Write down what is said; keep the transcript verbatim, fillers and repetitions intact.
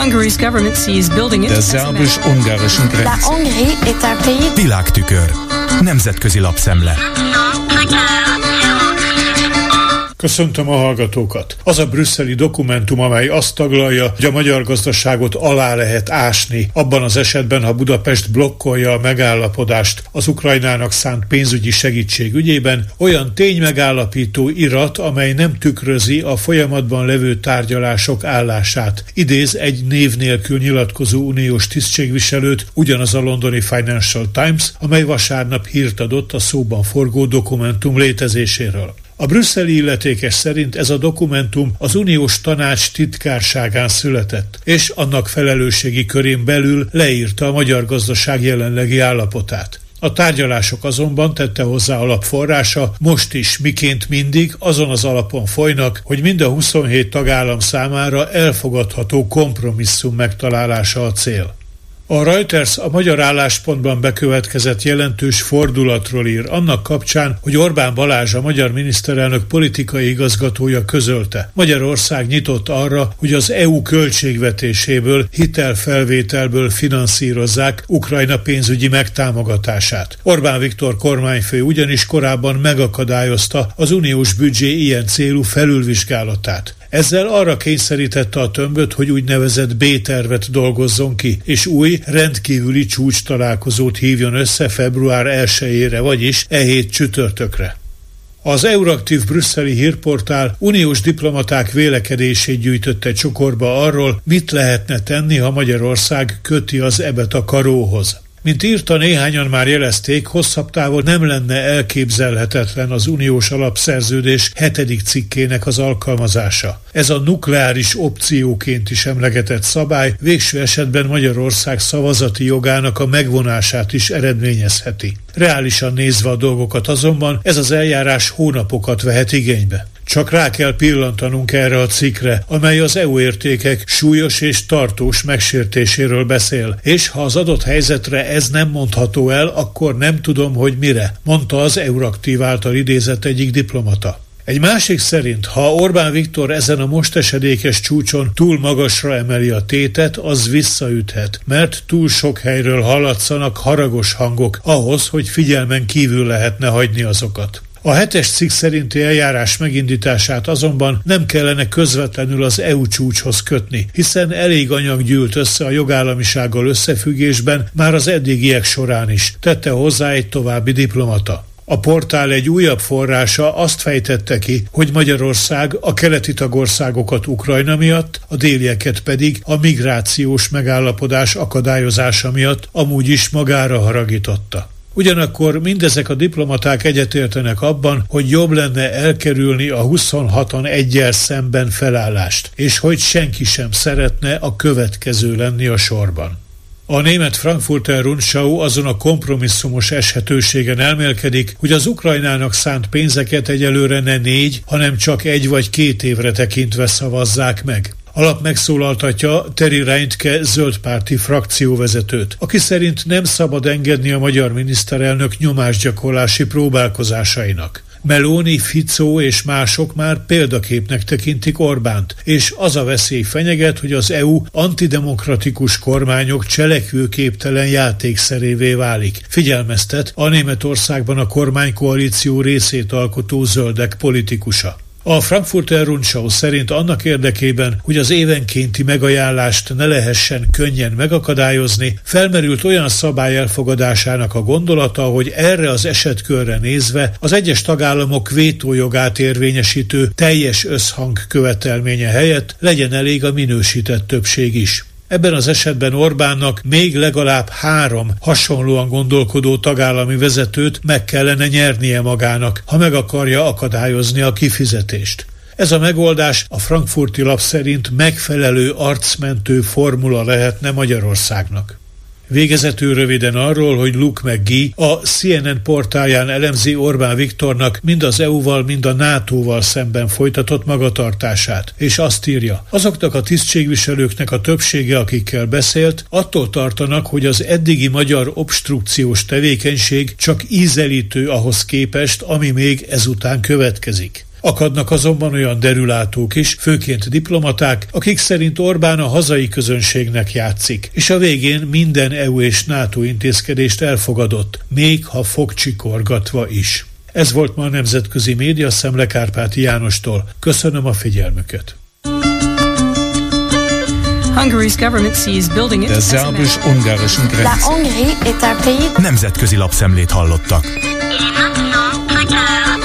Der szerbus-ungarischen Grenze. Világtükör. Nemzetközi lapszemle. Köszöntöm a hallgatókat! Az a brüsszeli dokumentum, amely azt taglalja, hogy a magyar gazdaságot alá lehet ásni, abban az esetben, ha Budapest blokkolja a megállapodást az Ukrajnának szánt pénzügyi segítség ügyében, olyan ténymegállapító irat, amely nem tükrözi a folyamatban levő tárgyalások állását. Idéz egy név nélkül nyilatkozó uniós tisztségviselőt, ugyanaz a londoni Financial Times, amely vasárnap hírt adott a szóban forgó dokumentum létezéséről. A brüsszeli illetékes szerint ez a dokumentum az uniós tanács titkárságán született, és annak felelősségi körén belül leírta a magyar gazdaság jelenlegi állapotát. A tárgyalások azonban, tette hozzá alapforrása, most is, miként mindig azon az alapon folynak, hogy mind a huszonhét tagállam számára elfogadható kompromisszum megtalálása a cél. A Reuters a magyar álláspontban bekövetkezett jelentős fordulatról ír, annak kapcsán, hogy Orbán Balázs, a magyar miniszterelnök politikai igazgatója közölte. Magyarország nyitott arra, hogy az é u költségvetéséből, hitelfelvételből finanszírozzák Ukrajna pénzügyi megtámogatását. Orbán Viktor kormányfő ugyanis korábban megakadályozta az uniós büdzsé ilyen célú felülvizsgálatát. Ezzel arra kényszerítette a tömböt, hogy úgynevezett B-tervet dolgozzon ki, és új, rendkívüli csúcs találkozót hívjon össze február elsejére, vagyis e hét csütörtökre. Az Euraktív brüsszeli hírportál uniós diplomaták vélekedését gyűjtötte csokorba arról, mit lehetne tenni, ha Magyarország köti az ebet a karóhoz. Mint írta, néhányan már jelezték, hosszabb távon nem lenne elképzelhetetlen az uniós alapszerződés hetedik cikkének az alkalmazása. Ez a nukleáris opcióként is emlegetett szabály végső esetben Magyarország szavazati jogának a megvonását is eredményezheti. Reálisan nézve a dolgokat azonban ez az eljárás hónapokat vehet igénybe. Csak rá kell pillantanunk erre a cikkre, amely az é u értékek súlyos és tartós megsértéséről beszél, és ha az adott helyzetre ez nem mondható el, akkor nem tudom, hogy mire, mondta az Euraktív által idézett egyik diplomata. Egy másik szerint, ha Orbán Viktor ezen a most esedékes csúcson túl magasra emeli a tétet, az visszaüthet, mert túl sok helyről hallatszanak haragos hangok ahhoz, hogy figyelmen kívül lehetne hagyni azokat. A hetes cikk szerinti eljárás megindítását azonban nem kellene közvetlenül az é u csúcshoz kötni, hiszen elég anyag gyűlt össze a jogállamisággal összefüggésben már az eddigiek során is, tette hozzá egy további diplomata. A portál egy újabb forrása azt fejtette ki, hogy Magyarország a keleti tagországokat Ukrajna miatt, a délieket pedig a migrációs megállapodás akadályozása miatt amúgy is magára haragította. Ugyanakkor mindezek a diplomaták egyetértenek abban, hogy jobb lenne elkerülni a huszonhatan egyel szemben felállást, és hogy senki sem szeretne a következő lenni a sorban. A német Frankfurter Rundschau azon a kompromisszumos eshetőségen elmélkedik, hogy az Ukrajnának szánt pénzeket egyelőre ne négy, hanem csak egy vagy két évre tekintve szavazzák meg. Alap megszólaltatja Terry Reintke zöldpárti frakcióvezetőt, aki szerint nem szabad engedni a magyar miniszterelnök nyomásgyakorlási próbálkozásainak. Meloni, Fico és mások már példaképnek tekintik Orbánt, és az a veszély fenyeget, hogy az é u antidemokratikus kormányok cselekvőképtelen játékszerévé válik. Figyelmeztet a Németországban a kormánykoalíció részét alkotó zöldek politikusa. A Frankfurter Rundschau szerint annak érdekében, hogy az évenkénti megajánlást ne lehessen könnyen megakadályozni, felmerült olyan szabály elfogadásának a gondolata, hogy erre az esetkörre nézve az egyes tagállamok vétójogát érvényesítő teljes összhang követelménye helyett legyen elég a minősített többség is. Ebben az esetben Orbánnak még legalább három hasonlóan gondolkodó tagállami vezetőt meg kellene nyernie magának, ha meg akarja akadályozni a kifizetést. Ez a megoldás a frankfurti lap szerint megfelelő arcmentő formula lehetne Magyarországnak. Végezetül röviden arról, hogy Luke McGee a C N N portálján elemzi Orbán Viktornak mind az é u-val, mind a nátóval szemben folytatott magatartását, és azt írja, azoknak a tisztségviselőknek a többsége, akikkel beszélt, attól tartanak, hogy az eddigi magyar obstrukciós tevékenység csak ízelítő ahhoz képest, ami még ezután következik. Akadnak azonban olyan derülátók is, főként diplomaták, akik szerint Orbán a hazai közönségnek játszik, és a végén minden é u és NATO intézkedést elfogadott, még ha fogcsikorgatva is. Ez volt ma a Nemzetközi Média Szemle Kárpáti Jánostól. Köszönöm a figyelmüket. Der szerbus-ungarischen Grenze. Nemzetközi lapszemlét hallottak.